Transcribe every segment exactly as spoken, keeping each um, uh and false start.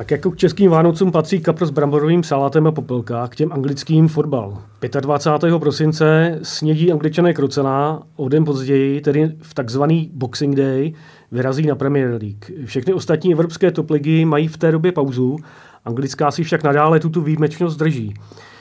Tak jako k českým Vánocům patří kapr s bramborovým salátem a popelka, k těm anglickým fotbal. dvacátého pátého prosince snědí Angličané krocená, o den později, tedy v takzvaný Boxing Day, vyrazí na Premier League. Všechny ostatní evropské top ligy mají v té době pauzu, anglická si však nadále tuto výjimečnost drží.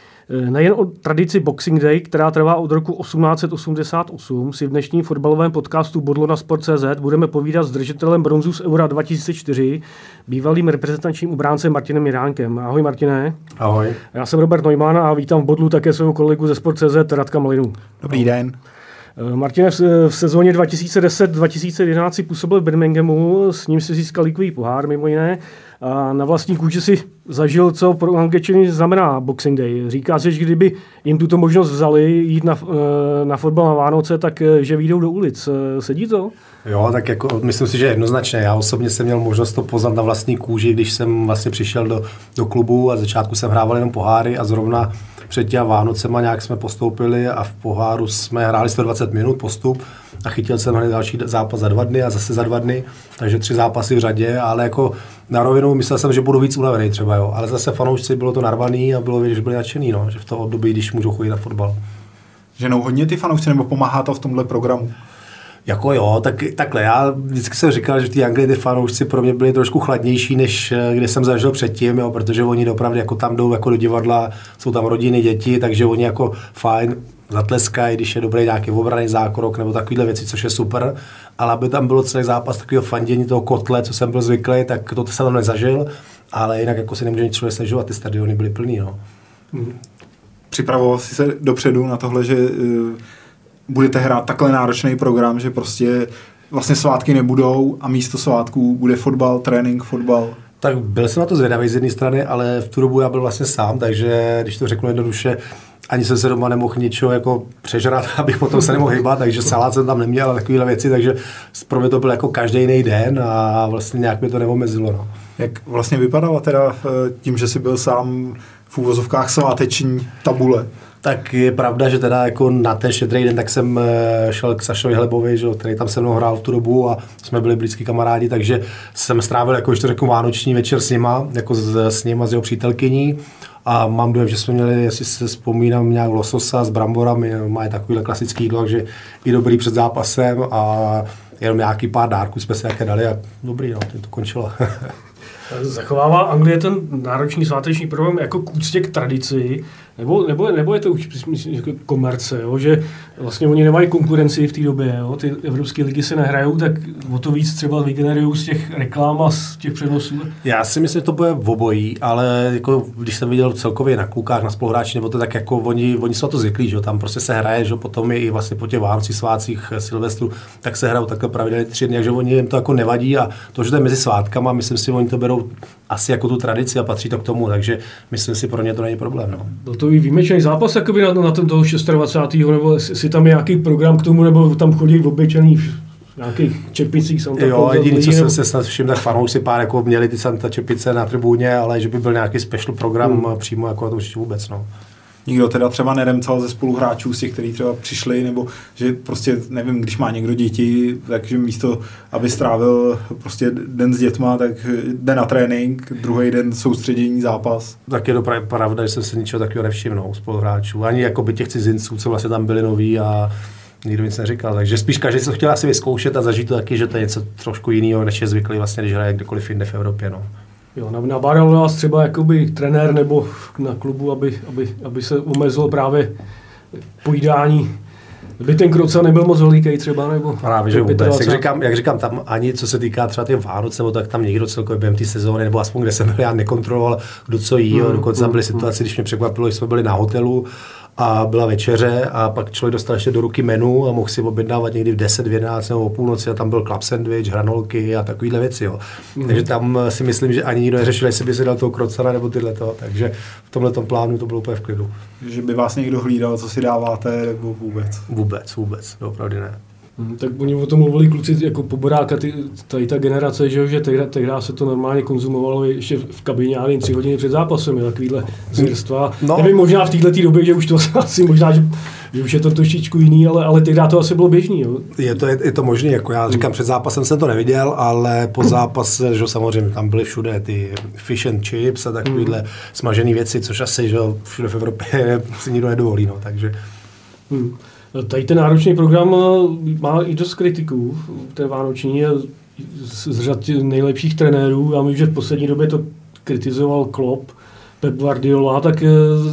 Nejen o tradici Boxing Day, která trvá od roku osmnáct set osmdesát osm, si v dnešním fotbalovém podcastu Bodlo na sport tečka cé zet budeme povídat s držitelem bronzu z Eura dva tisíce čtyři, bývalým reprezentačním obráncem Martinem Jiránkem. Ahoj Martine. Ahoj. Já jsem Robert Neumann a vítám v Bodlu také svého kolegu ze sport tečka cé zet Radka Malinu. Dobrý den. Martine, v sezóně dva tisíce deset dva tisíce jedenáct si působil v Birminghamu, s ním si získal ligový pohár mimo jiné. A na vlastní kůži si zažil, co pro Angličany znamená Boxing Day. Říká se, že kdyby jim tuto možnost vzali jít na, na fotbal na Vánoce, tak že vyjdou do ulic. Sedí to? Jo, tak jako myslím si, že jednoznačně. Já osobně jsem měl možnost to poznat na vlastní kůži, když jsem vlastně přišel do, do klubu a začátku jsem hrával jenom poháry a zrovna před těma Vánocema nějak jsme postoupili a v poháru jsme hráli sto dvacet minut postup a chytil jsem hned další zápas za dva dny a zase za dva dny, takže tři zápasy v řadě, ale jako na rovinu myslel jsem, že budu víc unavený třeba, jo, ale zase fanoušci bylo to narvaný a bylo vidět, že byli nadšený, no, že v toho období, když můžou chodit na fotbal. Ženou hodně ty fanoušci nebo pomáhá to v tomhle programu? Jako jo, tak, takhle, já vždycky jsem říkal, že v té Anglii ty fanoušci pro mě byli trošku chladnější, než kde jsem zažil předtím, jo, protože oni opravdu jako tam jdou jako do divadla, jsou tam rodiny, děti, takže oni jako fajn zatleskají, když je dobrý nějaký obranný zákrok nebo takovýhle věci, což je super, ale aby tam bylo celý zápas takového fandění toho kotle, co jsem byl zvyklý, tak to jsem tam nezažil, ale jinak jako si nemůže nic člověk stěžovat, ty stadiony byly plný, no. Hmm. Připravoval jsi se dopředu na tohle, že uh, budete hrát takhle náročný program, že prostě vlastně svátky nebudou a místo svátků bude fotbal, trénink, fotbal? Tak byl jsem na to zvědavý z jedné strany, ale v tu dobu já byl vlastně sám, takže když to řeknu jednoduše, ani jsem se doma nemohl ničeho jako přežrat, abych potom se nemohl hýbat, takže salát jsem tam neměl a takovéhle věci, takže pro mě to byl jako každý jiný den a vlastně nějak mě to neomezilo. No. Jak vlastně vypadala teda tím, že jsi byl sám v úvozovkách sváteční tabule? Tak je pravda, že teda jako na ten štědrý den tak jsem šel k Sašovi Hlebovi, že, který tam se mnou hrál v tu dobu a jsme byli blízký kamarádi, takže jsem strávil jako ještě řeknu vánoční večer s nima, jako s, s ním a s jeho přítelkyní. A mám dojem, že jsme měli, jestli se vzpomínám, nějak lososa s bramborami, má takovýhle klasický jídlo, že i dobrý před zápasem a jenom nějaký pár dárků jsme si jaké dali a dobrý, no, tím to končilo. Zachovává Anglie ten náročný sváteční program jako k úctě k tradici, nebo, nebo, nebo je to už jako komerce, jo? Že vlastně oni nemají konkurenci v té době, jo? Ty evropské ligy se nehrajou, tak o to víc třeba vygenerují z těch reklam a z těch přenosů. Já si myslím, že to bude v obojí, ale jako, když jsem viděl celkově na klukách, na spoluhráči, nebo to tak jako oni, oni jsou to zvyklí, že tam prostě se hraje, že potom je i vlastně po těch Vánocích, svátcích, Silvestru, tak se hrajou takhle pravidelně tři dny, takže oni jim to jako nevadí a to, že to je mezi svátkama, myslím si, oni to berou asi jako tu tradici a patří to k tomu, takže myslím si, pro ně to není problém. No. Byl to i výjimečný zápas jakoby na, na ten toho dvacátého šestého nebo si tam je nějaký program k tomu, nebo tam chodí v obyčejných nějakých čepicích. Jo, jediný, co jsem se snad všiml, tak fanoušci pár jako měli ty Santa čepice na tribuně, ale že by byl nějaký special program hmm. přímo, jako to určitě vůbec. No. Nikdo teda třeba neremcal ze spoluhráčů z těch, kteří třeba přišli, nebo že prostě, nevím, když má někdo děti, takže místo, aby strávil prostě den s dětma, tak jde na trénink, druhý den soustředění zápas. Tak je to pravda, že jsem se ničeho takového nevšiml u spoluhráčů, ani jako by těch cizinců, co vlastně tam byli noví a nikdo nic neříkal, takže spíš každý se chtěl asi vyzkoušet a zažít to taky, že to je něco trošku jiného, než je zvyklý vlastně, když hraje kdekoliv jinde v Evropě. No. Jo, nabádal nás třeba jakoby trenér nebo na klubu, aby, aby, aby se omezilo právě pojídání. By ten kroca nebyl moc veliký třeba, nebo? Právě, že vůbec. Jak říkám, jak říkám, tam ani co se týká třeba těch Vánoc, nebo tak tam někdo celkově během té sezóny, nebo aspoň kde jsem byl, já nekontroloval, kdo co jí. Hmm, dokonce tam byly situace, když mě překvapilo, že jsme byli na hotelu a byla večeře a pak člověk dostal ještě do ruky menu a mohl si objednávat někdy v deset, v jedenáct nebo o půlnoci a tam byl club sandwich, hranolky a takovýhle věci. Jo. Mm. Takže tam si myslím, že ani nikdo neřešil, jestli by si dal toho krocana nebo tyhle to. Takže v tomhletom plánu to bylo úplně v klidu. Že by vás někdo hlídal, co si dáváte, nebo vůbec? Vůbec, vůbec, opravdu ne. Hmm, tak oni o tom mluvili kluci jako Poboráka, ty, tady ta generace, že, že tehdy se to normálně konzumovalo ještě v kabině, ale jen tři hodiny před zápasem, je takovýhle zvěrstva. No. Nevím, možná v této době, že už to asi možná, že, že už je to trošičku jiný, ale, ale tehdy to asi bylo běžný. Jo. Je to, je, je to možné, jako já říkám, před zápasem jsem to neviděl, ale po zápase, že samozřejmě tam byly všude ty fish and chips a takovýhle hmm. smažené věci, což asi, že všude v Evropě si nikdo nedovolí, no, takže... Hmm. Tady ten náročný program má i dost kritiků, ten vánoční je z řad nejlepších trenérů. Já myslím, že v poslední době to kritizoval Klopp, Pep Guardiola, tak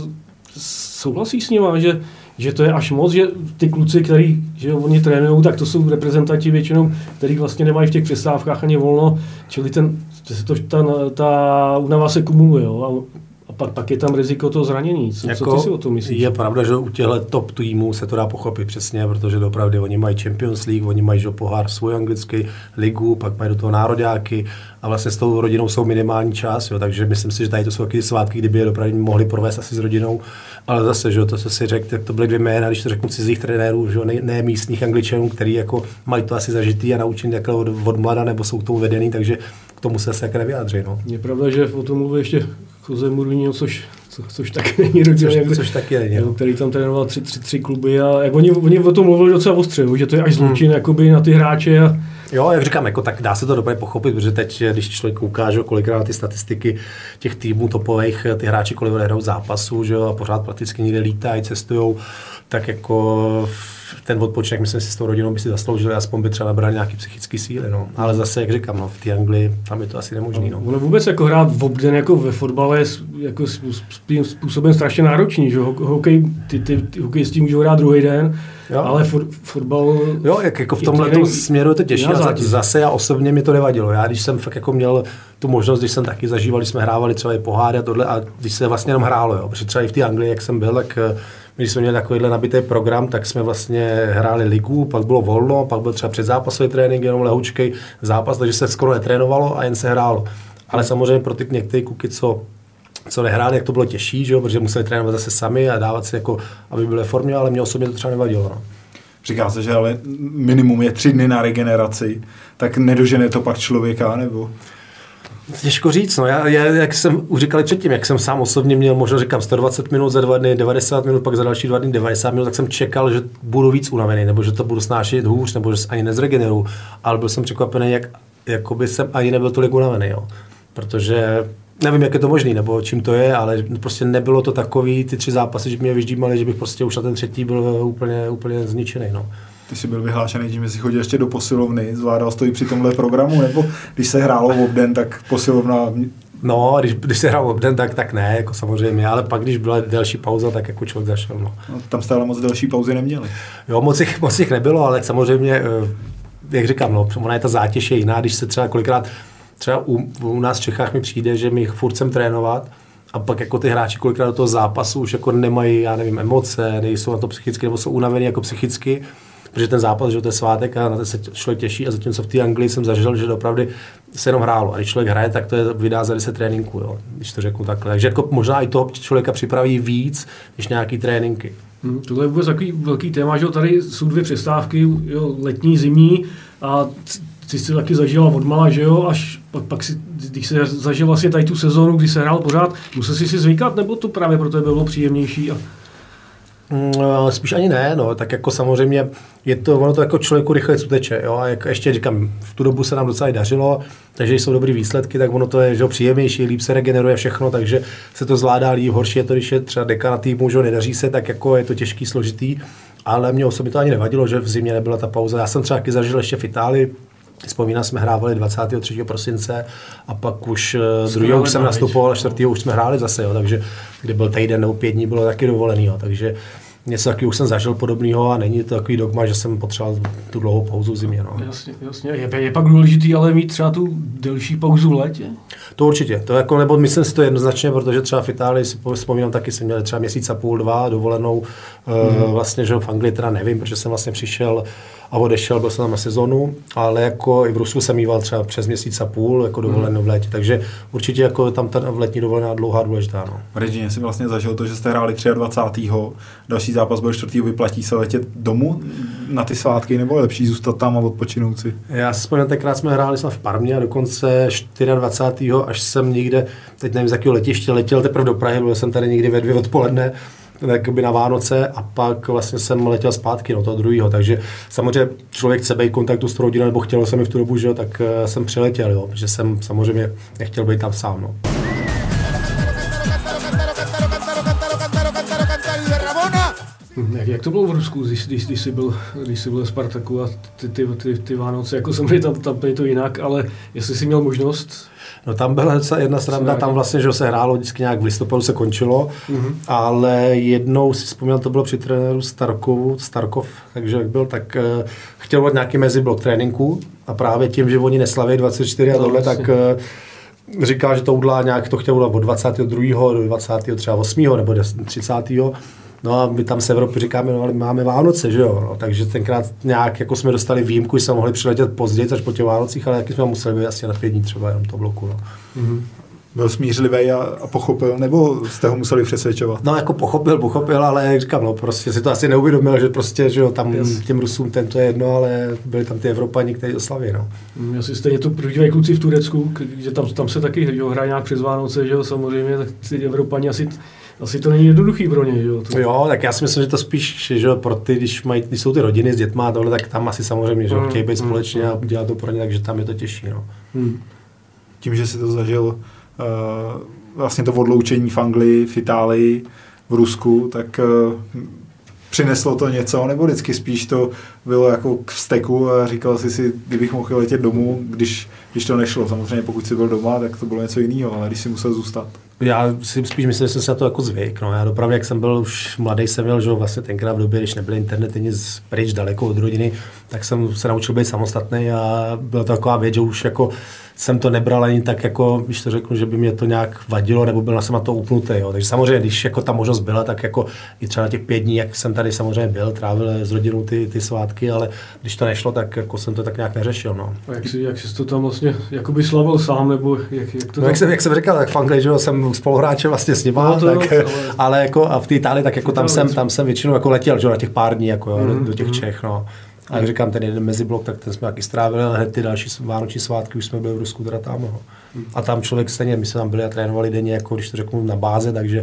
souhlasí s nima, že, že to je až moc, že ty kluci, který že oni trénují, tak to jsou reprezentanti většinou, který vlastně nemají v těch přestávkách ani volno, čili ten, to, ta, ta únava se kumuluje. Jo? A pak, pak je tam riziko toho zranění. Co, jako, co ty si o tom myslíš? Je pravda, že u těchto top týmů se to dá pochopit přesně, protože opravdu oni mají Champions League, oni mají že, pohár svůj anglický ligu, pak mají do toho nároďáky a vlastně s tou rodinou jsou minimální čas, jo, takže myslím si, že tady to jsou taky svátky, kdyby je opravdu mohli provést asi s rodinou, ale zase, že to, co si řekl, tak to byly dvě jména, když to řeknu cizích trenérů, že ne, ne místních Angličanů, který jako mají to asi zažitý a naučení takhle od, od mlada, nebo jsou k tomu vedený, takže k tomu se asi také nevyjádří. No. Je pravda, že o tom mluví ještě Jose Mourinho, což, co, což taky není rodil, což, což taky není, no. Který tam trénoval tři, tři, tři kluby a jak oni, oni o tom mluvili docela ostře, že to je až zločin hmm. jakoby na ty hráče. A... Jo, jak říkám, jako, tak dá se to dobře pochopit, protože teď, když člověk ukáže kolikrát ty statistiky těch týmů topových, ty hráči kolik hrajou zápasů, že jo, a pořád prakticky někde lítají, cestujou, tak jako ten odpočinek, myslím si, s tou rodinou by si zasloužili, aspoň by třeba nabrali nějaký psychický síly, no. Ale zase, jak říkám, no, v té Anglii, tam je to asi nemožný, no. Ono vůbec jako hrát v obden jako ve fotbale je jako způsobem strašně náročný, že hokej, ty, ty, ty hokejisti můžou hrát druhý den, jo. Ale for, fotbal... Jo, jak jako v tomhle směru je to těžké. Zase já osobně mi to nevadilo. Já když jsem fakt jako měl tu možnost, když jsem taky zažíval, když jsme hrávali třeba i poháry a tohle, a když se vlastně jenom hrálo, jo. Protože třeba i v té Anglii, jak jsem byl, tak když jsme měli takovýhle nabitý program, tak jsme vlastně hráli ligu, pak bylo volno, pak byl třeba předzápasový trénink, jenom lehoučkej zápas, takže se skoro netrénovalo a jen se hrálo. Ale samozřejmě pro ty některé kuky, co co nehráli, jak to bylo těžší, že jo, protože museli trénovat zase sami a dávat si jako, aby byly v formě, ale mě osobně to třeba nevadilo. No. Říká se, že ale minimum je tři dny na regeneraci, tak nedožene to pak člověka, nebo? Těžko říct, no. Já, já, jak jsem už říkali předtím, jak jsem sám osobně měl, možná říkám, sto dvacet minut za dva dny, devadesát minut, pak za další dva dny, devadesát minut, tak jsem čekal, že budu víc unavený, nebo že to budu snášet hůř, nebo že ani nezregeneruju, ale byl jsem překvapený, jak jakoby jsem ani nebyl tolik unavený, jo. Protože nevím, jak je to možný, nebo čím to je, ale prostě nebylo to takový, ty tři zápasy, že mě vyždímali, že bych prostě už na ten třetí byl úplně, úplně zničený, no. Ty jsi byl vyhlášený tím, že jsi chodil ještě do posilovny, zvládal to i při tomhle programu, nebo když se hrálo v obden, tak posilovna... No, když, když se hrálo v obden, tak, tak ne, jako samozřejmě, ale pak, když byla delší pauza, tak jako člověk zašel, no. No tam stále moc delší pauzy neměli. Jo, moc jich, moc jich nebylo, ale samozřejmě, jak říkám, no, ona je ta zátěž je jiná, když se třeba kolikrát třeba u, u nás v Čechách mi přijde, že my furt chcem trénovat a pak jako ty hráči kolikrát do toho zápasu už jako nemají, já nevím, emoce, nejsou na to psychicky, nebo jsou unavený jako psychicky, protože ten zápas, že to je svátek a na to se člověk těší a zatímco v té Anglii jsem zažil, že opravdu se jenom hrálo a když člověk hraje, tak to je vydá za deset tréninků, jo, když to řeknu takhle. Takže jako možná i toho člověka připraví víc, než nějaký tréninky. Hmm, tohle je vůbec takový velký téma, že tady jsou dvě přestávky, jo, letní, zimní a ty jsi taky zažila odmala, že jo, až pak, pak si, když se zažil vlastně tady tu sezónu, kdy se hrál pořád, musel jsi si zvykat, nebo to právě pro tebe bylo příjemnější? A... Mm, spíš ani ne, no, tak jako samozřejmě je to, ono to jako člověku rychle uteče, jo, a jak ještě říkám, v tu dobu se nám docela i dařilo, takže když jsou dobrý výsledky, tak ono to je, že jo, příjemnější, líp se regeneruje všechno, takže se to zvládá líp, horší je to, když je třeba deka na týmu, že nedaří se, tak jako je to těžký, složitý, ale mě osobně to ani nevadilo, že v zimě nebyla ta pauza, já jsem třeba taky zažil ještě v Itálii. Vzpomínám, jsme hrávali dvacátého třetího prosince a pak už druhého už jsem nastupoval a čtvrtého už jsme hráli zase, jo, takže kdy byl týden nebo pět dní, bylo taky dovolený, jo, takže něco taky už jsem zažil podobného a není to takový dogma, že jsem potřeboval tu dlouhou pauzu v zimě. No. Jasně, jasně. Je, je pak důležitý ale mít třeba tu delší pauzu v létě? To určitě, to jako, nebo myslím si to jednoznačně, protože třeba v Itálii si vzpomínám taky, jsem měl třeba měsíc a půl, dva dovolenou, mm. uh, vlastně, že v Anglii teda nevím, protože jsem vlastně přišel a odešel, byl jsem tam na sezonu, ale jako i v Rusku jsem mýval třeba přes měsíc a půl jako dovolenou v létě, takže určitě jako tam ta v letní dovolená dlouhá důležitá. No. V Reggině si vlastně zažil to, že jste hráli dvacátého třetího další zápas byl čtvrtý, vyplatí se letět domů na ty svátky, nebo je lepší zůstat tam a odpočinout si? Já si vzpomínám, tenkrát jsme hráli jsme v Parmě a dokonce dvacátého čtvrtého až jsem někde, teď nevím z jakého letiště, letěl teprve do Prahy, byl jsem tady někdy ve dvě odpoledne, jakoby na Vánoce a pak vlastně jsem letěl zpátky, no toho druhého, takže samozřejmě člověk chce být kontaktu s tou rodinou, nebo chtělo se mi v tu dobu, že jo, tak uh, jsem přiletěl, jo, protože jsem samozřejmě nechtěl být tam sám, no. Jak, jak to bylo v Rusku, když, když, když, jsi, byl, když jsi byl v Spartaku a ty, ty, ty, ty Vánoce, jako samozřejmě tam, tam je to jinak, ale jestli jsi měl možnost... No tam byla jedna strana, tam vlastně, že se hrálo vždycky nějak v listopadu se končilo, mm-hmm. ale jednou si vzpomněl, to bylo při trenéru Starkovu, Starkov, takže jak byl, tak uh, chtěl být nějaký meziblok tréninku a právě tím, že oni neslaví dvacet čtyři a no, tohle, tak uh, říkal, že to udělá nějak, to chtěl udělat od dvacátého druhého do dvacátého osmého nebo třicátého No a my tam z Evropy říkáme, no ale máme Vánoce, že jo, no, takže tenkrát nějak jako jsme dostali výjimku, že jsme mohli přiletět později, až po těch Vánocích, ale taky jsme museli být asi na pět dní třeba jenom to bloku, no. Mm-hmm. Byl smířlivý a, a pochopil, nebo jste ho museli přesvědčovat? No jako pochopil, pochopil, ale jak říkám, no prostě si to asi neuvědomil, že prostě, že jo, tam yes. těm Rusům tento je jedno, ale byli tam ty Evropani, kteří to slaví, no. Já si stejně to prožívají kluci v Turecku, že tam, tam se taky jo, hrají nějak přes Vánoce, že jo, samozřejmě, tak ty Evropani asi... Asi to není jednoduchý pro ně, jo? To... Jo, tak já si myslím, že to spíš, že pro ty, když, mají, když jsou ty rodiny s dětma a tohle, tak tam asi samozřejmě, že mm, chtějí být mm, společně mm. a dělat to pro ně, takže tam je to těžší, no. Mm. Tím, že si to zažil uh, vlastně to odloučení v Anglii, v Itálii, v Rusku, tak uh, přineslo to něco, nebo vždycky spíš to bylo jako k vzteku a říkal jsi si, kdybych mohl letět domů, když, když to nešlo. Samozřejmě pokud jsi byl doma, tak to bylo něco jiného, ale když jsi musel zůstat. Já si spíš myslím, že jsem se na to jako zvyk. No. Já dopravě, jak jsem byl už mladý, jsem měl, že vlastně tenkrát v době, když nebyl internet nic pryč daleko od rodiny, tak jsem se naučil být samostatný a byla to taková věc, že už jako jsem to nebral ani tak, jako, když to řeknu, že by mě to nějak vadilo, nebo byl jsem na to upnutý. Jo. Takže samozřejmě, když jako ta možnost byla, tak jako i třeba na těch pět dní, jak jsem tady samozřejmě byl, trávil s rodinou ty, ty svátky, ale když to nešlo, tak jako jsem to tak nějak neřešil. No. A jak jsi, jak jsi to tam vlastně jakoby slavil sám, nebo jak, jak to no, jak, jsem, jak jsem říkal, tak v Anglii, že jsem spoluhráče vlastně s nima, no, tak, jo, ale... ale jako a v té Itálii, tak jako tam jsem, tam jsem většinou jako letěl, že na těch pár dní, jako mm, do, do těch mm. Čech, no. A jak říkám, ten jeden meziblok, tak ten jsme taky strávili, ale hned ty další vánoční svátky už jsme byli v Rusku teda tam. No. A tam člověk stejně, my jsme tam byli a trénovali denně, jako když to řeknu, na báze, takže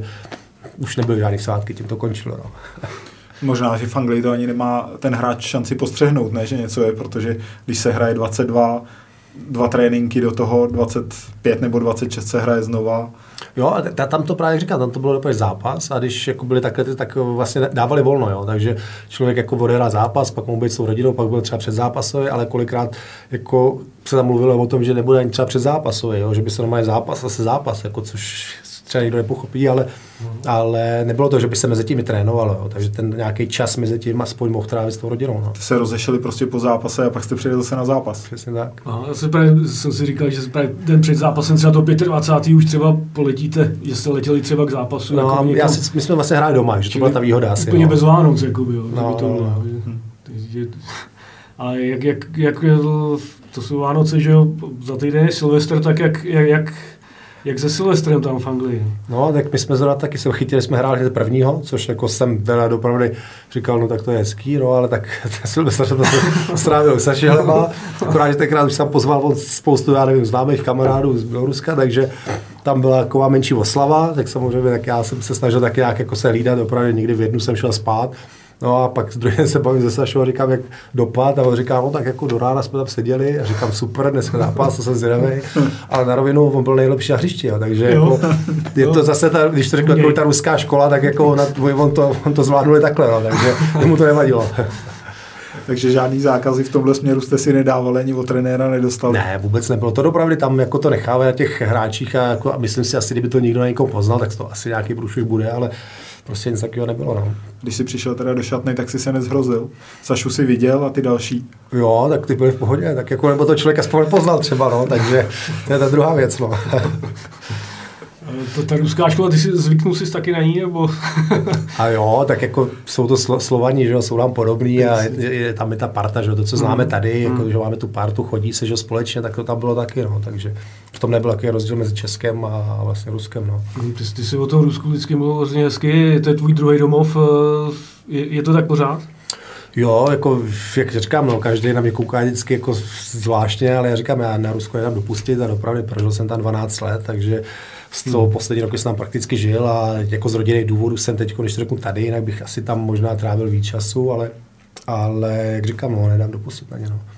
už nebyly žádný svátky, tím to končilo. No. Možná, že v Anglii to ani nemá ten hráč šanci postřehnout, ne, že něco je, protože když se hraje dvacet dva, dva tréninky do toho, dvacet pět nebo dvacet šest se hraje znova. Jo, a tam to právě říkám, tam to bylo dopadl zápas a když jako byli takhle, tak vlastně dávali volno, jo, takže člověk jako odehrál zápas, pak mohl být s tou rodinou, pak byl třeba předzápasový, ale kolikrát jako se tam mluvilo o tom, že nebude ani třeba předzápasový, jo, že by se normálně zápas a se zápas, jako což třeba nikdo nepochopí, ale, mm. ale nebylo to, že by se mezi tím trénovalo, jo, takže ten nějaký čas mezi tím aspoň mohl trávit s tou rodinou. No. Ty se rozešli prostě po zápase a pak jste přijeli zase na zápas. Přesně tak. Aha, já jsem, právě, jsem si říkal, že právě den před zápasem třeba to dvacátého pátého už třeba poletíte, že jste letěli třeba k zápasu. No, jako já si, my jsme vlastně hráli doma, že to byla ta výhoda asi. Úplně no. bez Vánoc, jakoby, jo, no, to bylo. No. Takže, ale jak, jak, jak to, to jsou Vánoce, že jo, za týden je Silvestr, tak jak, jak, jak Jak se Silvestrem tam v Anglii? No, tak my jsme zrovna taky se chytili, jsme hráli prvního, což jako jsem teda dopravdy říkal, no tak to je hezký, no, ale tak Silvestr jsem to strávil Saši Hleba, akorát, že tenkrát už jsem pozval spoustu, já nevím, známých kamarádů z Běloruska, takže tam byla taková menší oslava, tak samozřejmě tak já jsem se snažil taky nějak jako se hlídat, opravdu někdy v jednu jsem šel spát. No a pak z druhé se bavím se Sašou a říkám, jak dopad, a on říká, no tak jako do rána jsme tam seděli a říkám, super, dneska zápas, to jsem zvědavý, ale na rovinu on byl nejlepší na hřišti, jo, takže jako, je to zase, ta, když to řekl, jako ta ruská škola, tak jako on, on, to, on to zvládnuli takhle, no, takže mu to nevadilo. Takže žádný zákazy v tomhle směru jste si nedávali, ani od trenéra nedostal? Ne, vůbec nebylo. To dopravdy tam jako to nechávají na těch hráčích a, jako, a myslím si, asi kdyby to někdo na někoho poznal, tak to asi nějaký průšvih bude, ale prostě nic takového nebylo. No. Když jsi přišel teda do šatny, tak si se nezhrozil. Sašu si viděl a ty další? Jo, tak ty byly v pohodě, tak jako nebo to člověk aspoň nepoznal třeba, no, takže to je ta druhá věc. No. To, ta ruská škola, ty si zvyknul jsi taky na ní, nebo? A jo, tak jako jsou to slo, Slovani, že jo, jsou nám podobný a je, je, tam je ta parta, že jo, to, co známe tady, mm. jako, že máme tu partu, chodí se, že společně, tak to tam bylo taky, no, takže v tom nebyl takový rozdíl mezi Českem a vlastně Ruskem, no. Ty, ty jsi o tom Rusku vždycky mluvil hrozně hezky, to je tvůj druhý domov, je, je to tak pořád? Jo, jako, jak říkám, no, každý na mě kouká vždycky jako zvláštně, ale já říkám, já na Rusko nedám dopustit a dopravdy prožil jsem tam dvanáct let, takže z toho hmm. poslední roky jsem tam prakticky žil a jako z rodinných důvodů jsem teď, když to řeknu tady, jinak bych asi tam možná trávil víc času, ale, ale jak říkám, no, nedám dopustit na ně. No.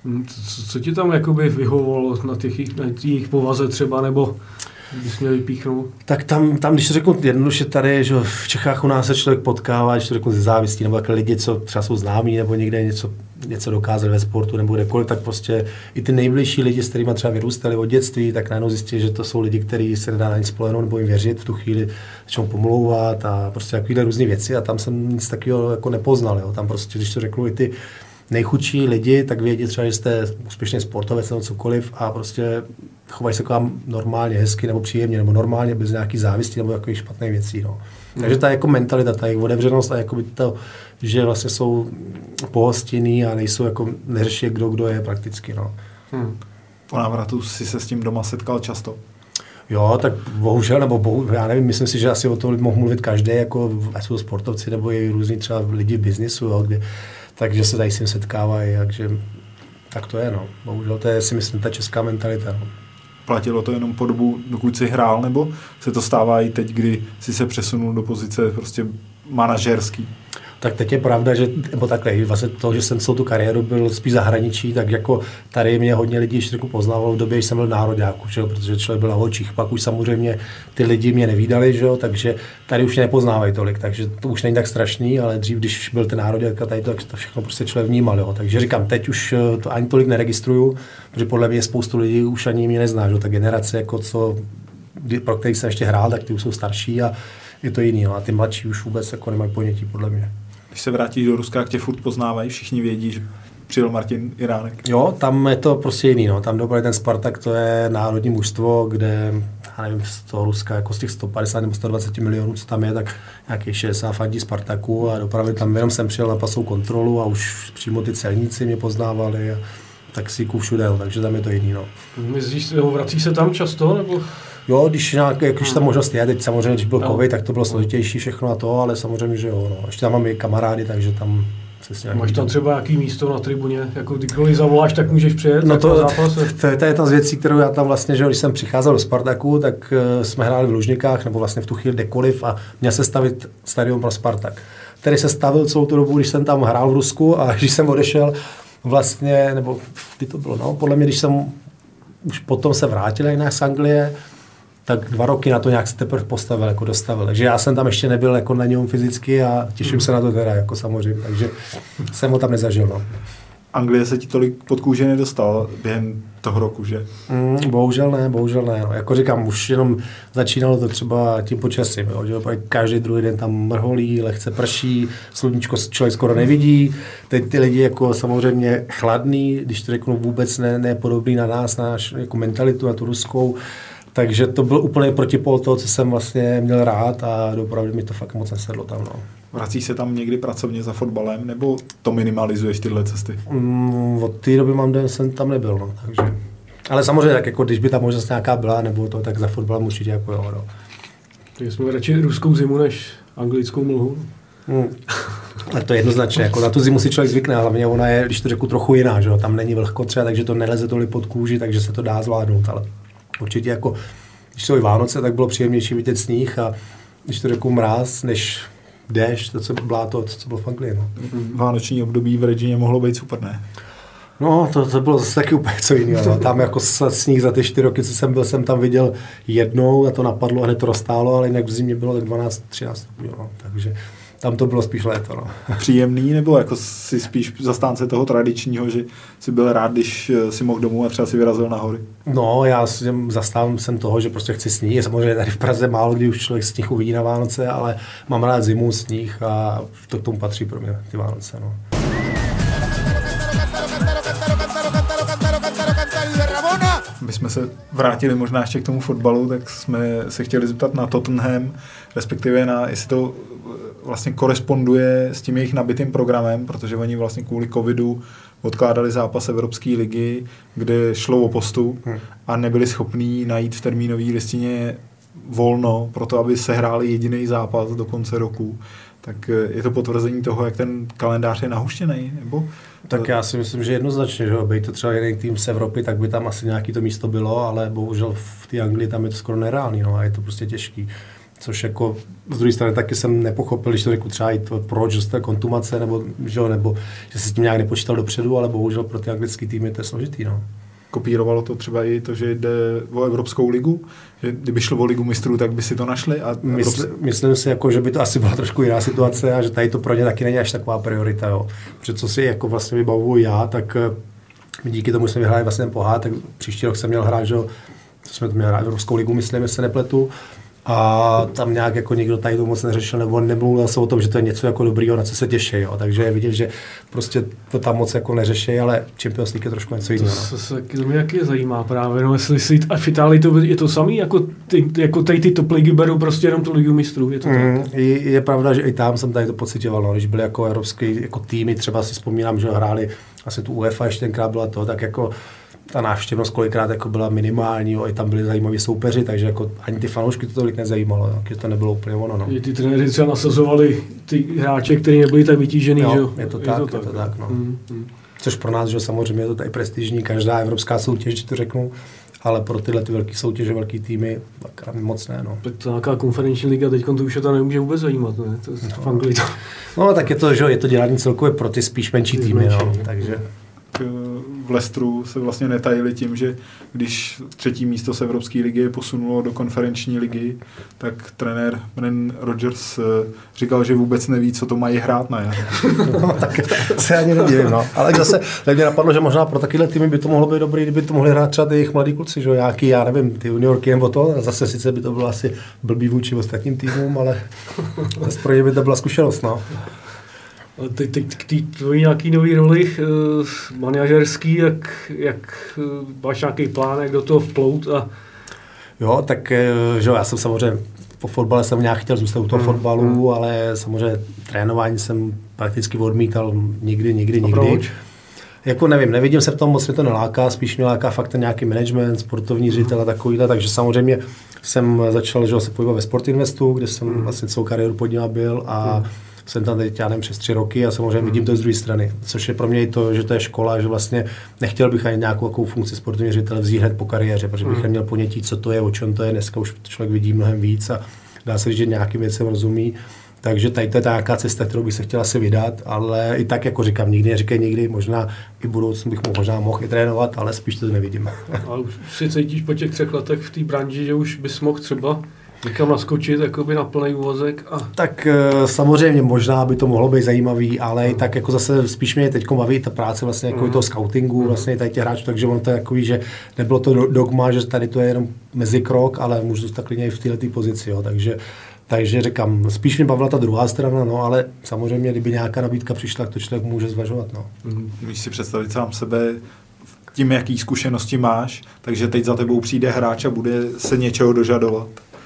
Co, co ti tam jakoby vyhovovalo na těch na jejich povaze třeba, nebo bys měl vypíchnout? Tak tam, tam, když řeknu jednoduše tady, že v Čechách u nás se člověk potkává, když to řeknu ze závistí, nebo jako lidi, co třeba jsou známí, nebo někde něco, něco dokázali ve sportu, nebo kdekoliv, tak prostě i ty nejbližší lidi, s kterými třeba vyrůstali od dětství, tak najednou zjistí, že to jsou lidi, kteří se nedá na nic spolehnout, nebo jim věřit v tu chvíli, začnou pomlouvat a prostě takovéhle různé věci a tam jsem nic takového jako nepoznal. Jo. Tam prostě, když to řeknu, i ty nejchudší lidi, tak vědí třeba, že jste úspěšný sportovec nebo cokoliv a prostě chovají se k vám normálně, hezky nebo příjemně, nebo normálně, bez nějaký závisti nebo takových špatných věcí. No. Mm. Takže ta jako mentalita, ta jejich otevřenost a jakoby to, že vlastně jsou pohostinní a nejsou jako, neřeší kdo, kdo je prakticky. No. Mm. Po návratu si se s tím doma setkal často? Jo, tak bohužel, nebo bohu, já nevím, myslím si, že asi o tom mohl mluvit každý, jako ať jsou sportovci nebo i různí třeba lidi v biznisu, jo, kde, takže se tady s tím setkávají, takže tak to je, no. Bohužel to je, si myslím, ta česká mentalita, no. Platilo to jenom po dobu, dokud jsi hrál, nebo se to stává i teď, kdy jsi se přesunul do pozice prostě manažerský? Tak teď je pravda, že, nebo takhle, vlastně to, že jsem celou tu kariéru byl spíš zahraničí, tak jako tady mě hodně lidí ještě poznávalo v době, když jsem byl nároďáku, že jo, protože člověk byl na očích, pak už samozřejmě ty lidi mě nevídali, že jo, takže tady už mě nepoznávají tolik, takže to už není tak strašný, ale dřív, když byl ten nároďák a tady to, tak to všechno prostě člověk vnímal, jo. Takže říkám, teď už to ani tolik neregistruju, protože podle mě spoustu lidí už ani mě nezná, že ta generace, jako co, pro který jsem ještě hrál, tak ty už jsou starší a je to jiný, no, a ty mladší už vůbec jako nemají ponětí, podle mě. Když se vrátíš do Ruska, jak tě furt poznávají, všichni vědí, že přijel Martin Jiránek. Jo, tam je to prostě jiný, no. Tam dopadne ten Spartak, to je národní mužstvo, kde, já nevím, z toho Ruska, jako z těch sto padesát nebo sto dvacet milionů, co tam je, tak nějakých šedesát fandí Spartaku a dopravy tam jenom jsem přijel na pasovou kontrolu a už přímo ty celníci mě poznávali a taxíků všude, takže tam je to jiný, no. Myslíš, vrací se tam často, nebo? Jo, když, nějak, jak už ta možnost je, teď samozřejmě, když byl covid, tak to bylo složitější všechno a to, ale samozřejmě, že jo, no. Ještě tam mám i kamarády, takže tam se s nějakým... Máš tam třeba nějaký místo na tribuně, jako kdykoliv zavoláš, tak můžeš přijet no to, na zápas? To, to, to je jedna z věcí, kterou já tam vlastně, že když jsem přicházel do Spartaku, tak uh, jsme hráli v Lužnikách, nebo vlastně v tu chvíli kdekoliv a měl se stavit stadion pro Spartak, který se stavil celou tu dobu, když jsem tam hrál v Rusku a když jsem odešel vlastně, nebo kdy to bylo, no, podle mě, když jsem už potom se vrátil jinak z Anglie, tak dva roky na to nějak se teprve postavil, jako dostavil. Takže já jsem tam ještě nebyl jako na něm fyzicky a těším mm. se na to teda, jako samozřejmě, takže jsem ho tam nezažil, no. Anglie se ti tolik pod kůži nedostal během toho roku, že? Mm, bohužel ne, bohužel ne. No. Jako říkám, už jenom začínalo to třeba tím počasím, jo, že každý druhý den tam mrholí, lehce prší, sluníčko člověk skoro nevidí. Teď ty lidi jako samozřejmě chladný, když to řeknu vůbec ne, ne podobný na nás, na náš jako mentalitu, na tu ruskou. Takže to byl úplně protipol toho, co jsem vlastně měl rád a opravdu mi to fakt moc nesedlo tam. No. Vracíš se tam někdy pracovně za fotbalem, nebo to minimalizuješ tyhle cesty? Mm, od té doby mám den, jsem tam nebyl, no, takže. Ale samozřejmě, tak jako, když by tam možnost nějaká byla, nebo to, tak za fotbalem určitě jako jo. No. Takže jsme radši ruskou zimu než anglickou mlhu. Hmm. Ale to je jednoznačně, jako na tu zimu si člověk zvykne, hlavně ona je, když to řeknu, trochu jiná, že jo, tam není vlhko třeba, takže to neleze tolik pod kůži, takže se to dá zvládnout, ale určitě jako, když jsou i Vánoce, tak bylo příjemnější vidět sníh a když to řeknu mráz, než déšť, to, co bylo to, co bylo v Anglii. No. Vánoční období v Regině mohlo být super, ne? No, to, to bylo zase taky úplně co jiného. No. Tam jako sníh za ty čtyři roky, co jsem byl, jsem tam viděl jednou a to napadlo a hned to roztálo, ale jinak v zimě bylo tak dvanáct třináct stupňů, no. Takže tam to bylo spíš léto. No. Příjemný, nebo jako si spíš zastánce toho tradičního, že jsi byl rád, když si mohl domů a třeba si vyrazil na hory? No, já jsem zastávám jsem toho, že prostě chci sníh. Samozřejmě tady v Praze málo kdy už člověk sníh uvidí na Vánoce, ale mám rád zimu, sníh a to k tomu patří pro mě ty Vánoce. No. my jsme se vrátili možná ještě k tomu fotbalu, tak jsme se chtěli zeptat na Tottenham, respektive na, jestli to vlastně koresponduje s tím jejich nabitým programem, protože oni vlastně kvůli covidu odkládali zápas Evropské ligy, kde šlo o postup a nebyli schopní najít v termínové listině volno pro to, aby sehráli jediný zápas do konce roku. Tak je to potvrzení toho, jak ten kalendář je nahuštěný, nebo? Tak já si myslím, že jednoznačně, že by to třeba jiný tým z Evropy, tak by tam asi nějaký to místo bylo, ale bohužel v té Anglii tam je to skoro nereálný, no a je to prostě těžký. Což jako z druhé strany taky jsem nepochopil, když to řekl třeba i to, proč, že jste kontumace, nebo že, nebo že se s tím nějak nepočítal dopředu, ale bohužel pro ty anglické týmy to je složitý, no. Kopírovalo to třeba i to, že jde o Evropskou ligu, že kdyby šlo o ligu mistrů, tak by si to našli? A Mysl, Evropsk... Myslím si, jako, že by to asi byla trošku jiná situace a že tady to pro ně taky není až taková priorita. Jo. Protože co si jako vlastně vybavuju já, tak díky tomu jsme vyhráli vlastně ten pohár, tak příští rok jsem měl hrát, že co jsme to měli hrát Evropskou ligu, myslím, jestli se nepletu. A tam nějak jako nikdo tady to moc neřešil, nebo nemluvil se o tom, že to je něco jako dobrýho, na co se těší, jo. Takže je vidět, že prostě to tam moc jako neřeší, ale Champions League je trošku něco jiného. To, se, to mě taky zajímá právě, no jestli si, a v Itálii to je to samý, jako ty, jako tady ty top ligy berou prostě jenom tu ligu mistrů, je to mm, tak? Je, je pravda, že i tam jsem tady to pocitoval, no, když byly jako evropský jako týmy, třeba si vzpomínám, že hráli asi tu UEFA ještě tenkrát byla to, tak jako ta návštěvnost kolikrát jako byla minimální, jo, i tam byli zajímaví soupeři, takže jako ani ty fanoušky to tolik nezajímalo, takže to nebylo úplně ono. No. Ty trenéři třeba nasazovali ty hráče, kteří nebyli tak vytížený, jo, že jo? Je to je tak, to tak, je to tak, no. Hmm, hmm. Což pro nás, že samozřejmě je to tady prestižní, každá evropská soutěž, když to řeknu, ale pro tyhle ty velké soutěže, velké týmy, tak moc ne, no. Tak to nějaká konferenční liga, teď to už je to nemůže vůbec zajímat, ne? To, no. V Anglii to... No tak je to, že je to dělání celkově pro ty spíš menší týmy, no, takže... V Leicesteru se vlastně netajili tím, že když třetí místo z Evropské ligy posunulo do konferenční ligy, tak trenér Brendan Rodgers říkal, že vůbec neví, co to mají hrát na jaře. No, tak se ani nedivím, no. Ale zase tak mě napadlo, že možná pro takovéhle týmy by to mohlo být dobrý, kdyby to mohli hrát třeba ty jejich mladí kluci, že nějaký, já nevím, ty juniorky nebo to, a zase sice by to bylo asi blbý vůči ostatním týmům, ale zase pro ně by to byla zkušenost, no. Teď te, k té tvojí nějaký nový roli uh, manažerský, jak, jak uh, máš nějaký plán, jak do toho vplout? A... Jo, tak že já jsem samozřejmě po fotbale jsem nějak chtěl zůstat u toho hmm. fotbalu, hmm. ale samozřejmě trénování jsem prakticky odmítal nikdy, nikdy, nikdy. Proč? Jako nevím, nevidím se v tom, moc mě to neláká, spíš mě láká fakt ten nějaký management, sportovní ředitel a takovýhle, takže samozřejmě jsem začal, že se pohybovat ve Sportinvestu, kde jsem hmm. vlastně celou kariéru pod ním byl a hmm. jsem tam teď, já nevím, přes tři roky a samozřejmě vidím to z druhé strany, což je pro mě i to, že to je škola, že vlastně nechtěl bych ani nějakou takovou funkci sportovního ředitele vzít hned po kariéře, protože bych neměl ponětí, co to je, o čem to je, dneska už člověk vidí mnohem víc a dá se říct, že nějakým věcem rozumí. Takže tady to je nějaká cesta, kterou bych se chtěl asi vydat, ale i tak, jako říkám, nikdy neříkej nikdy, možná i v budoucnu bych možná mohl i trénovat, ale spíš to nevidím. A už si cítíš po těch třech letech v té branži, že už bys mohl třeba někam naskočit jakoby na plný úvazek? A... Tak samozřejmě možná by to mohlo být zajímavý, ale i tak jako zase spíš mě teď baví ta práce vlastně jako mm. toho scoutingu, vlastně tady těch hráčů, takže ono to je takový, že nebylo to dogma, že tady to je jenom mezikrok, ale můžu zůstat klidně i v této pozici, jo, takže Takže říkám, spíš mě bavila ta druhá strana, no, ale samozřejmě, kdyby nějaká nabídka přišla, tak to člověk může zvažovat. No. Můžeš si představit sám sebe tím, jaký zkušenosti máš, takže teď za tebou přijde hráč a bude se něčeho dožadovat.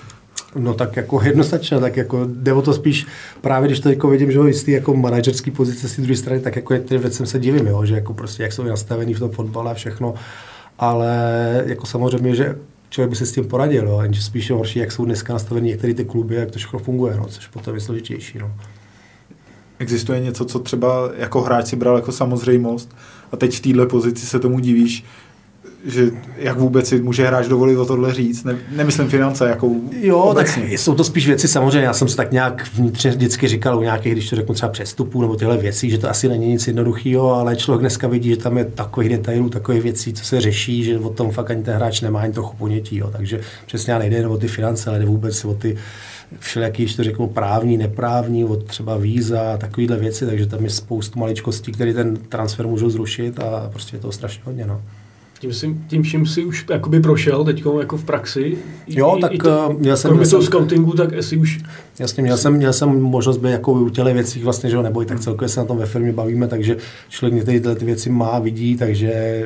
No tak jako jednoznačně, tak jako jde o to spíš, právě když to jako vidím, že ho jistý jako manažerský pozice z té druhé strany, tak jako ty věcem se divím, jo, že jako prostě jak jsou nastavený v tom fotbale a všechno, ale jako samozřejmě, že člověk by se s tím poradil, jo, jenže spíš je horší, jak jsou dneska nastaveny některé ty kluby, jak to všechno funguje, no, což potom je složitější. No. Existuje něco, co třeba jako hráč si bral jako samozřejmost a teď v této pozici se tomu divíš, že jak vůbec si může hráč dovolit o tohle říct, ne, nemyslím finance, jakou jo, obecně. Tak jsou to spíš věci, samozřejmě, já jsem si tak nějak vnitřně vždycky říkal u nějakých, když to řeknu třeba přestupů nebo tyhle věcí, že to asi není nic jednoduchého, ale člověk dneska vidí, že tam je takových detailů, takových věcí, co se řeší, že o tom fakt ani ten hráč nemá ani trochu ponětí, jo. Takže přesně nejde jen o ty finance, ale jde vůbec o ty všelijaký, když to řeknu, právní, neprávní, od třeba víza a takovýhle věci, takže tam je spoustu maličkostí, které ten transfer můžou zrušit a prostě je to strašně hodně, no. Tím, si, tím vším si už jakoby prošel teď jako v praxi. Jo, I, tak i to, měl jsem... Kromě toho scoutingu, tak asi už... Jasně, měl jsem, měl jsem možnost být jako u těle věcí vlastně, že ho neboj, tak celkově se na tom ve firmě bavíme, takže člověk některé ty věci má, vidí, takže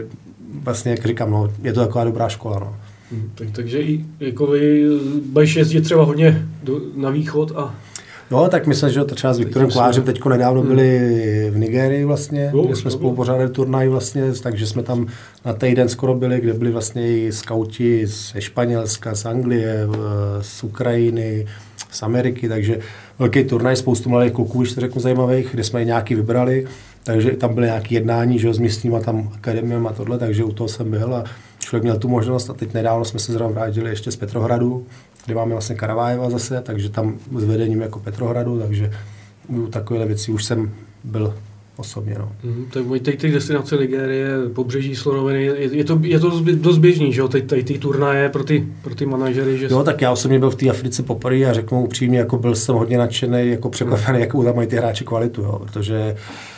vlastně, jak říkám, no, je to taková dobrá škola. No. Hmm, tak, takže i jako vy budeš jezdit třeba hodně do, na východ a... No, tak myslím, že to třeba s Viktorem Kolářem teďko nedávno byli v Nigérii vlastně, jo, kde jsme spolu pořádali turnaj vlastně, takže jsme tam na týden skoro byli, kde byli vlastně i skauti ze Španělska, z Anglie, z Ukrajiny, z Ameriky, takže velký turnaj, spoustu mladých kluků, když to řeknu zajímavých, kde jsme i nějaký vybrali, takže tam byly nějaké jednání, že, s místníma tam akademiem a tohle, takže u toho jsem byl a člověk měl tu možnost a teď nedávno jsme se zrovna vrátili ještě z Petrohradu, kde máme vlastně Karavájeva zase, takže tam s vedením jako Petrohradu, takže u takovéhle věci už jsem byl osobně. No. Mm, tak teď ty destinace Nigérie, pobřeží Slonoviny, je, je to, je to dost běžný, že jo, teď tady ty turnaje pro ty, pro ty manažery, že... Jo, tak já osobně byl v té Africe poprvé a řeknu upřímně, jako byl jsem hodně nadšený, jako překvapený, jakou tam mají ty hráči kvalitu, jo, protože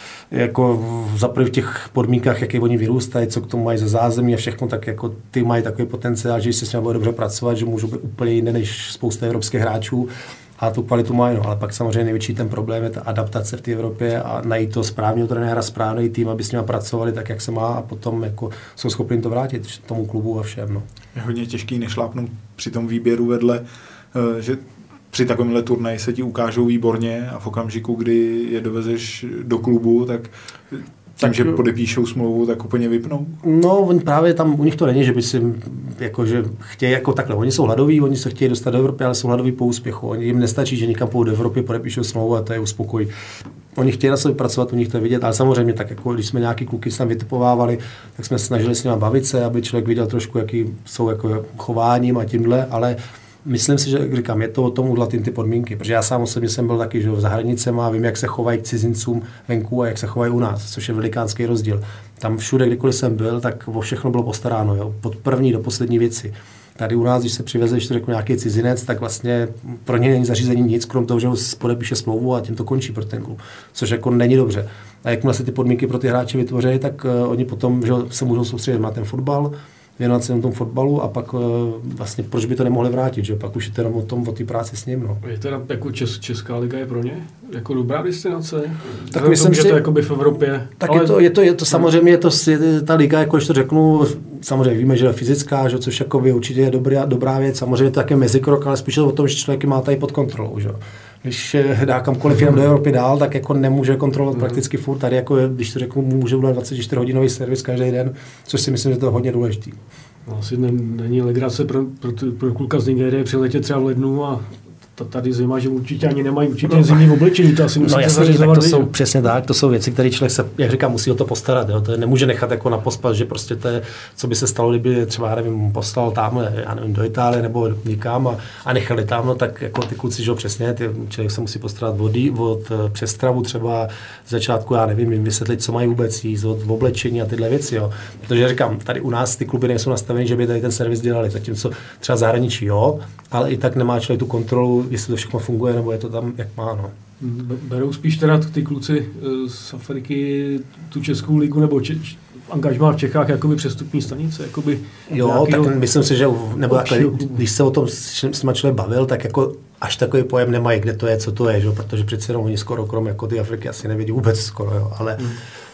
jako zaprvé v těch podmínkách, jaké oni vyrůstají, co k tomu mají za zázemí a všechno, tak jako ty mají takový potenciál, že se s nimi bude dobře pracovat, že můžou být úplně jiné než spousta evropských hráčů a tu kvalitu mají, no, ale pak samozřejmě největší ten problém je ta adaptace v té Evropě a najít to správného trenéra, správný tým, aby s nimi pracovali tak, jak se má a potom jako jsou schopni to vrátit tomu klubu a všem. No. Je hodně těžký nešlápnout při tom výběru vedle, že při takovémhle turnaji se ti ukážou výborně a v okamžiku, kdy je dovezeš do klubu, tak tím, tak, že podepíšou smlouvu, tak úplně vypnou? No, on právě tam, u nich to není, že by si, jako, že chtějí jako takhle. Oni jsou hladoví, oni se chtějí dostat do Evropy, ale jsou hladoví po úspěchu. Oni jim nestačí, že někam půjdou do Evropy, podepíšou smlouvu a to je uspokojí. Oni chtějí na sobě pracovat, u nich to je vidět, ale samozřejmě tak, jako když jsme nějaký kluky tam vytipovávali, tak jsme se snažili s nimi bavit se, aby člověk viděl trošku, jaký jsou jako chováním a tímhle, ale myslím si, že jak říkám, je to o tom udělat ty podmínky, protože já sám osobně jsem byl taky, že v zahraničí a vím, jak se chovají k cizincům venku a jak se chovají u nás, což je velikánský rozdíl. Tam všude, kdykoliv jsem byl, tak o všechno bylo postaráno, jo, od první do poslední věci. Tady u nás, když se přiveze, když to řeknu nějaký cizinec, tak vlastně pro ně není zařízení nic, krom toho, že podepíše smlouvu a tím to končí pro ten klub, což jako není dobře. A jakmile se ty podmínky pro ty hráče vytvoří, tak uh, oni potom že se můžou soustředit na ten fotbal, věnovat se na tom fotbalu a pak uh, vlastně proč by to nemohli vrátit, že pak už je to jenom o tom, o té práci s ním. No. Je teda jako Čes, Česká liga je pro ně jako dobrá destinace? Tak myslím si, že to jakoby v Evropě. Tak ale... je, to, je, to, je to samozřejmě, je to, je, ta liga, jako když to řeknu, samozřejmě víme, že je fyzická, že, což jakoby určitě je dobrá, dobrá věc, samozřejmě to je mezikrok, ale spíš o tom, že člověk má tady pod kontrolou. Že? Když dá kamkoliv jenom do Evropy dál, tak jako nemůže kontrolovat mm. prakticky furt. Tady, jako, když to řeknu, může udělat dvacet čtyři hodinový servis každý den, což si myslím, že to je hodně důležitý. No, asi ne, není legrace pro, pro, pro kluka z Nigérie přiletět třeba v lednu a tady zajímá, že určitě ani nemají určitě no. zimní oblečení, to asi musíte no, jasný, zařizovat. Tak to jsou, přesně tak, to jsou věci, které člověk se, jak říkám, musí o to postarat. Jo. To nemůže nechat jako na pospas, že prostě to je, co by se stalo, kdyby třeba, nevím, poslal tamhle, já nevím, do Itálie nebo někam a, a nechali tam, no, tak jako ty kluci, že jo, přesně, ty, člověk se musí postarat od, od přestravu třeba z začátku, já nevím, jim vysvětlit, co mají vůbec jíst, od oblečení a tyhle věci, jo. Protože říkám, tady u nás ty kluby nejsou nastaveny, že by tady ten servis dělali, zatímco třeba zahraničí, jo, ale i tak nemá člověk tu kontrolu, jestli to všechno funguje, nebo je to tam, jak má, no. Berou spíš teda ty kluci z Afriky tu Českou ligu, nebo če, angažmá v Čechách jakoby přestupní stanice, jakoby... Jo, tak myslím si, že nebo takhle, když se o tom s těma člověk bavil, tak jako až takový pojem nemají, kde to je, co to je, že? Protože přece jenom oni skoro, krom jako ty Afriky, asi nevědí vůbec skoro, jo, ale... Hmm.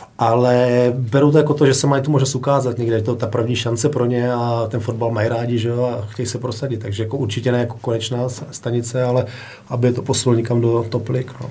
Ale berou to jako to, že se mají tu možnost ukázat někde, je to ta první šance pro ně a ten fotbal mají rádi, že jo, a chtějí se prosadit, takže jako určitě ne jako konečná stanice, ale aby to poslalo někam do top league, no.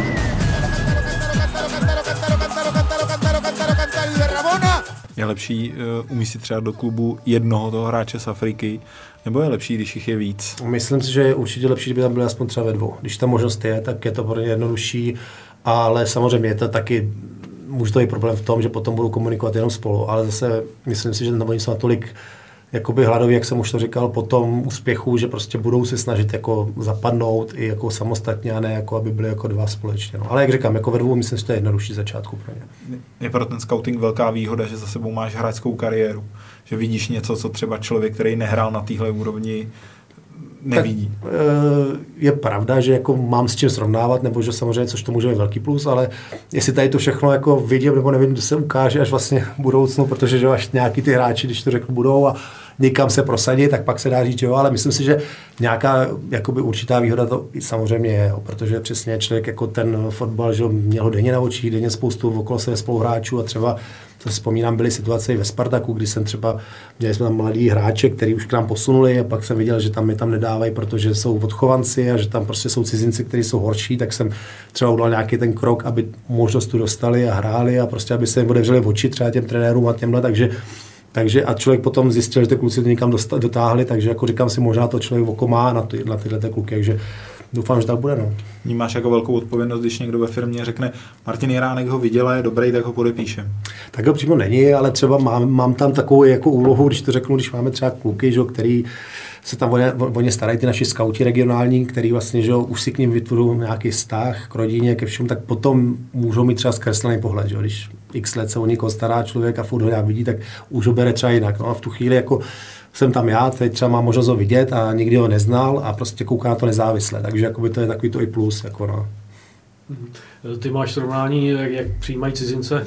Je lepší uh, umístit třeba do klubu jednoho toho hráče z Afriky, nebo je lepší, když jich je víc? Myslím si, že je určitě lepší, kdyby tam byly aspoň třeba ve dvou. Když ta možnost je, tak je to pro ně jednodušší, ale samozřejmě je to taky může to být problém v tom, že potom budou komunikovat jenom spolu, ale zase myslím si, že oni jsou natolik jakoby hladoví, jak jsem už to říkal, po tom úspěchu, že prostě budou se snažit jako zapadnout i jako samostatně a ne jako aby byli jako dva společně. No. Ale jak říkám, jako ve dvou myslím, že to je jednodušší začátku pro ně. Je pro ten scouting velká výhoda, že za sebou máš hráčskou kariéru, že vidíš něco, co třeba člověk, který nehrál na téhle úrovni, nevidí. Tak, je pravda, že jako mám s čím srovnávat, nebo že samozřejmě, což to může být velký plus, ale jestli tady to všechno jako vidím, nebo nevím, kdo se ukáže až vlastně v budoucnu, protože že až nějaký ty hráči, když to řeknu, budou a někam se prosadit, tak pak se dá říct, jo, ale myslím si, že nějaká jakoby určitá výhoda to samozřejmě je, jo, protože přesně člověk jako ten fotbal, že měl ho denně na očích, denně spoustu okolo sebe spoluhráčů a třeba, to si vzpomínám, byly situace i ve Spartaku, kdy jsem třeba, měli jsme tam mladý hráče, který už k nám posunuli a pak jsem viděl, že tam je tam nedávají, protože jsou odchovanci a že tam prostě jsou cizinci, kteří jsou horší, tak jsem třeba udělal nějaký ten krok, aby možnost tu dostali a hráli a prostě aby se jim otevřeli oči třeba těm trenérům a těmhle, takže Takže a člověk potom zjistil, že ty kluci to někam dotáhli, takže jako říkám si, možná to člověk oko má na, ty, na tyhle ty kluky, takže doufám, že tak bude. No. Vnímáš jako velkou odpovědnost, když někdo ve firmě řekne, Martin Jiránek ho viděl a je dobrý, tak ho podepíšem. Tak ho přímo není, ale třeba mám, mám tam takovou jako úlohu, když to řeknu, když máme třeba kluky, že, který se tam o ně starají, ty naši skauti regionální, který vlastně, že už si k ním vytvoří nějaký vztah k rodině, ke všemu, tak potom můžou mít třeba zkreslený pohled, že, když x let se o někoho stará člověk a furt ho nějak vidí, tak už ho bere třeba jinak. No a v tu chvíli jako jsem tam já, teď třeba mám možnost ho vidět a nikdy ho neznal a prostě kouká na to nezávisle, takže jakoby to je takový to i plus. Jako no. Ty máš srovnání, jak, jak přijímají cizince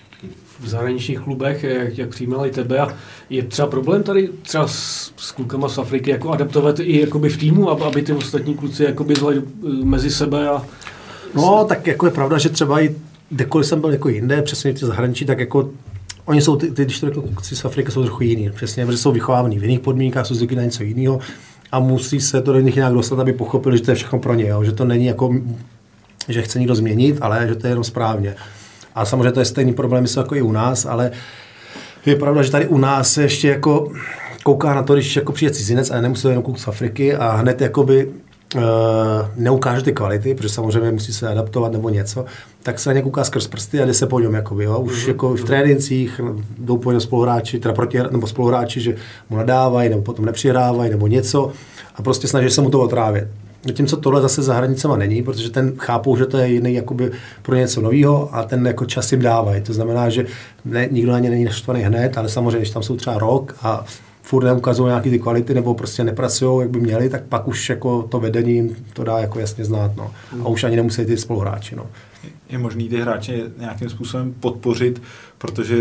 v zahraničních klubech, jak, jak přijímali tebe a je třeba problém tady třeba s, s klukama z Afriky jako adaptovat i jakoby v týmu, aby ty ostatní kluci jakoby zlali mezi sebe a... No, tak jako je pravda, že třeba i kdekoliv jsem byl jako jinde, přesně v těch zahraničí, tak jako oni jsou, ty, ty, když to řekl, kluci z Afriky jsou trochu jiný, přesně, protože jsou vychovávaní v jiných podmínkách, jsou zvyklí na něco jiného a musí se to do nich nějak dostat, aby pochopili, že to je všechno pro ně, jo? Že to není jako, že chce někdo změnit, ale že to je jenom správně. A samozřejmě to je stejný problém, jsou jako i u nás, ale je pravda, že tady u nás se ještě jako kouká na to, když jako přijde cizinec a nemusí to jenom kluk z Afriky a hned jakoby Uh, neukáže ty kvality, protože samozřejmě musí se adaptovat nebo něco, tak se na ně kouká skrz prsty a jde se po něm, jakoby, jo. Už mm-hmm. jako v trénincích jdou po něm spoluhráči, teda proti, nebo spoluhráči, že mu nadávají, nebo potom nepřihrávají, nebo něco a prostě snaží se mu to otrávit. Zatímco tohle zase za hranicema není, protože ten chápou, že to je jiný jakoby pro něco nového a ten jako čas jim dávají. To znamená, že ne, nikdo na ně není naštvaný hned, ale samozřejmě, když tam jsou třeba rok a furt neukazují nějaké ty kvality nebo prostě nepracují, jak by měli, tak pak už jako to vedení to dá jako jasně znát. No. A už ani nemusí ty spoluhráči. No. Je možný ty hráče nějakým způsobem podpořit, protože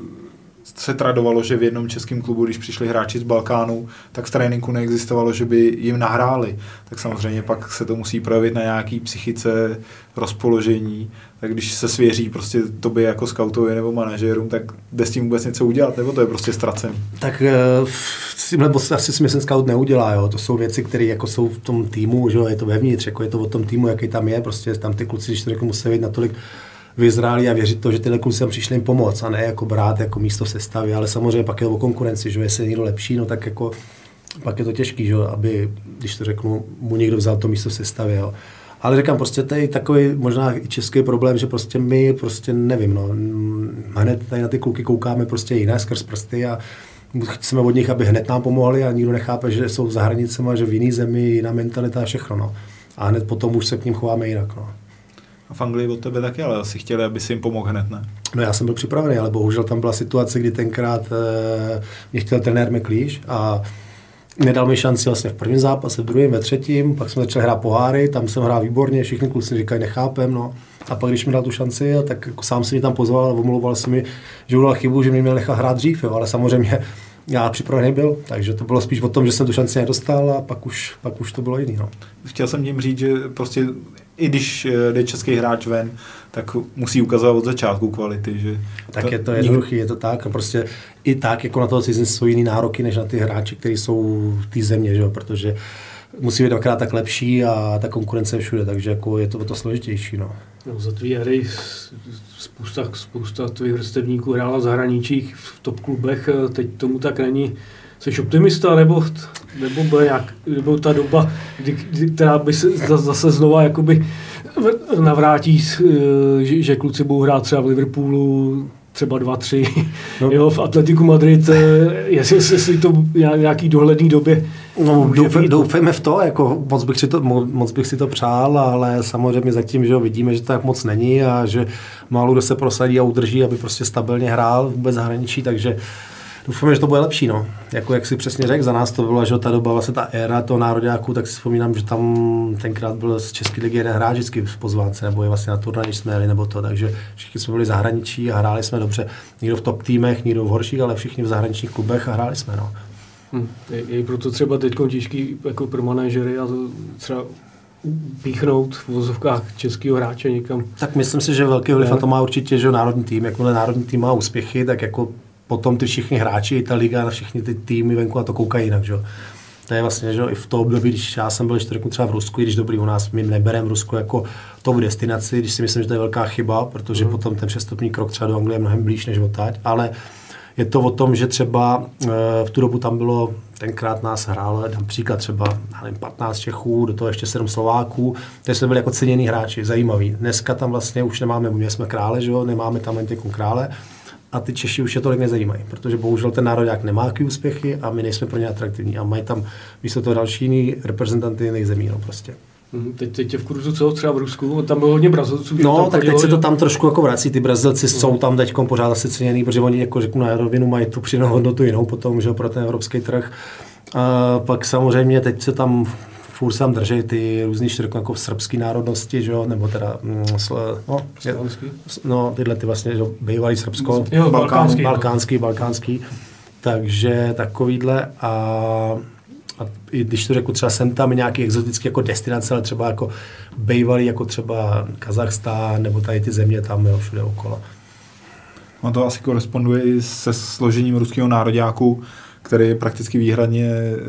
se tradovalo, že v jednom českém klubu, když přišli hráči z Balkánu, tak v tréninku neexistovalo, že by jim nahráli. Tak samozřejmě pak se to musí projevit na nějaký psychice, rozpoložení. Tak když se svěří prostě tobě jako skautovi nebo manažérům, tak jde s tím vůbec něco udělat, nebo to je prostě ztracený? Tak s tímhle asi si myslím, scout neudělá. Jo. To jsou věci, které jako jsou v tom týmu, že jo, je to vevnitř, jako je to o tom týmu, jaký tam je, prostě tam ty kluci, když to jako musí být natolik vyzráli a věřit to, že tyhle kluci tam přišli jim pomoct a ne jako brát jako místo v sestavě, ale samozřejmě pak je o konkurenci, že jestli je někdo lepší, no tak jako pak je to těžký, že aby, když to řeknu, mu někdo vzal to místo v sestavě, jo. Ale říkám, prostě to je takový možná i český problém, že prostě my prostě nevím, no, hned tady na ty kluky koukáme prostě jiné skrz prsty a chceme od nich, aby hned nám pomohli a nikdo nechápe, že jsou za hranicemi, že v jiný zemi, jiná mentalita a všechno, no. A hned potom už se k ním chováme jinak, no. A v Anglii od tebe taky, ale asi chtěli, aby si jim pomohl hned, ne? No já jsem byl připravený, ale bohužel tam byla situace, kdy tenkrát e, mě chtěl trenér McLeish a nedal mi šanci vlastně v prvním zápase, v druhém, ve třetím, pak jsme začali hrát poháry, tam jsem hrál výborně, všichni kluci říkají, nechápem, no. A pak když mi dal tu šanci, tak jako sám si mi tam pozval a omlouval si mi, že udělal chybu, že mě měl nechat hrát dřív, jo, ale samozřejmě já připravený byl, takže to bylo spíš o tom, že jsem tu šanci nedostal a pak už, pak už to bylo jiný, no. Chtěl jsem tím říct, že prostě i když jde český hráč ven, tak musí ukazovat od začátku kvality. Že tak to je to jednoduchý, je to tak. Prostě i tak, jako na toho cizince jsou jiný nároky, než na ty hráči, kteří jsou v té země, že? Protože musí být dvakrát tak lepší a ta konkurence je všude, takže jako je to o to složitější. No. No, za tvý hry spousta, spousta tvých vrstevníků hrála v zahraničích, v top klubech, teď tomu tak není. Jsi optimista, nebo, nebo, byla nějak, nebo ta doba, kdy, kdy, která by se zase znova jakoby navrátí, že, že kluci budou hrát třeba v Liverpoolu, třeba dva, tři, no. Jo, v Atletiku Madrid, jestli, jestli to v nějaký dohledný době. No, doufej, doufejme v to, jako moc bych, si to, moc bych si to přál, ale samozřejmě zatím, že vidíme, že to tak moc není a že málo kdo se prosadí a udrží, aby prostě stabilně hrál vůbec zahraničí, takže doufám, že to bude lepší, no. Jako jak si přesně řekl, za nás to byla, že ta doba, vlastně ta éra toho nároďáku, tak si vzpomínám, že tam tenkrát byl z České ligy jeden hráč vždycky v pozvánce, nebo je vlastně na turnaj, když jsme jeli, nebo to, takže všichni jsme byli v zahraničí a hráli jsme dobře. Někdo v top týmech, někdo v horších, ale všichni v zahraničních klubech a hráli jsme, no. Hmm. Je, je proto třeba teď těžký jako pro manažery a to třeba píchnout v vozovkách českého hráče někam. Tak myslím si, že velký vliv na to má určitě, že národní tým, jakmile národní tým má úspěchy, tak jako potom ty všichni hráči, ta liga, všichni ty týmy venku na to koukají jinak, že? To je vlastně, že i v tom období, když já jsem byl ještě třeba v Rusku, když dobrý u nás, my nebereme Rusko jako top destinaci, když si myslím, že to je velká chyba, protože mm. potom ten přestupní krok třeba do Anglie je mnohem blíž než odtáď, ale je to o tom, že třeba v tu dobu tam bylo, tenkrát nás hrálo například třeba nevím, patnáct Čechů, do toho ještě sedm Slováků, takže jsme byli jako cenění hráči, zajímaví. Dneska tam vlastně už nemáme, my jsme krále, že jo, nemáme tam jen jako krále a ty Češi už je tolik nezajímají, protože bohužel ten národák nemá jaký úspěchy a my nejsme pro ně atraktivní a mají tam místo toho další jiný reprezentanty jiných zemí, no prostě. Teď, teď je v kurzu co třeba v Rusku, tam bylo hodně Brazilců. No, tak teď se to tam trošku jako vrací, ty Brazilci uh-huh. jsou tam teď pořád asi ceněný, protože oni jako řeknu na rovinu mají tu přidanou hodnotu jinou potom, že pro ten evropský trh. A pak samozřejmě teď se tam furt se tam drží ty různý široko jako srbský národnosti, že jo, nebo teda no, je, no tyhle ty vlastně, že bývalý Srbsko, jo, balkánský, balkánský, balkánský, takže takovýhle a A i když to řeknu, třeba jsem tam nějaký exotický jako destinace, ale třeba jako bývalý, jako třeba Kazachstán, nebo tady ty země tam, jo, všude okolo. On to asi koresponduje i se složením ruského nároďáku, který je prakticky výhradně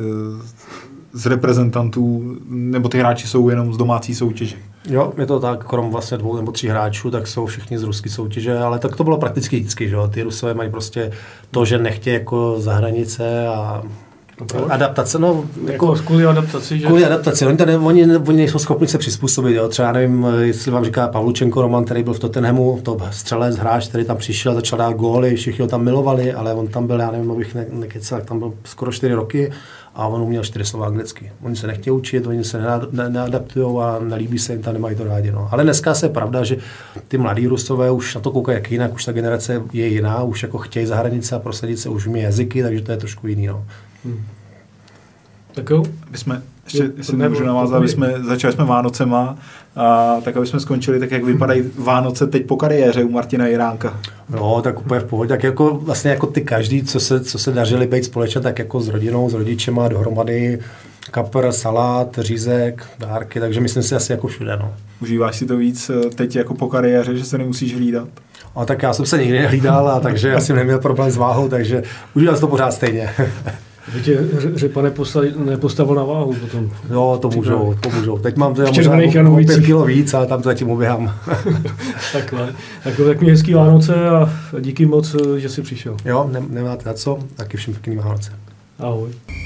z reprezentantů, nebo ty hráči jsou jenom z domácí soutěže. Jo, je to tak, krom vlastně dvou nebo tří hráčů, tak jsou všichni z ruské soutěže, ale tak to bylo prakticky vždycky, že jo. Ty Rusové mají prostě to, že nechtějí jako za hranice a adaptace, no, jako, jako kvůli adaptaci, že? Kvůli adaptaci, oni, tady, oni, oni nejsou schopni se přizpůsobit, jo. Třeba nevím, jestli vám říká Pavlučenko Roman, který byl v Tottenhamu, to střelec, hráč, který tam přišel, začal dát góly, všichni ho tam milovali, ale on tam byl, já nevím, abych ne, nekecal, tam byl skoro čtyři roky a on uměl čtyři slova anglicky. Oni se nechtějí učit, oni se neadaptují a nelíbí se jim tam, nemají to rádi, no. Ale dneska se je pravda, že ty mladí Rusové už na to koukají jak jinak, už ta generace je jiná, už jako chtějí za hranice a prosadit se, už umí jazyky, takže to je trošku jiný, no. Hmm. Tak jo. My jsme, ještě, jestli nemůžu navázat, aby jsme, začali jsme Vánocema, a tak aby jsme skončili, tak jak vypadají Vánoce teď po kariéře u Martina Jiránka. No, tak úplně v pohodě, tak jako vlastně jako ty každý, co se, co se dařili být společně, tak jako s rodinou, s rodičema dohromady, kapr, salát, řízek, dárky, takže myslím si asi jako všude, no. Užíváš si to víc teď jako po kariéře, že se nemusíš hlídat? A tak já jsem se nikdy nehlídal, a takže já jsem neměl problém s váhou, takže užívám to pořád stejně. By tě Řepa nepostavil na váhu potom. Jo, to můžou, to můžou. Teď mám teda možná pět kilo víc, ale tam to zatím uběhám. Takhle. Tak, tak mi hezký Vánoce a díky moc, že jsi přišel. Jo, ne, nemáte na co, taky všem pěkný Vánoce. Ahoj.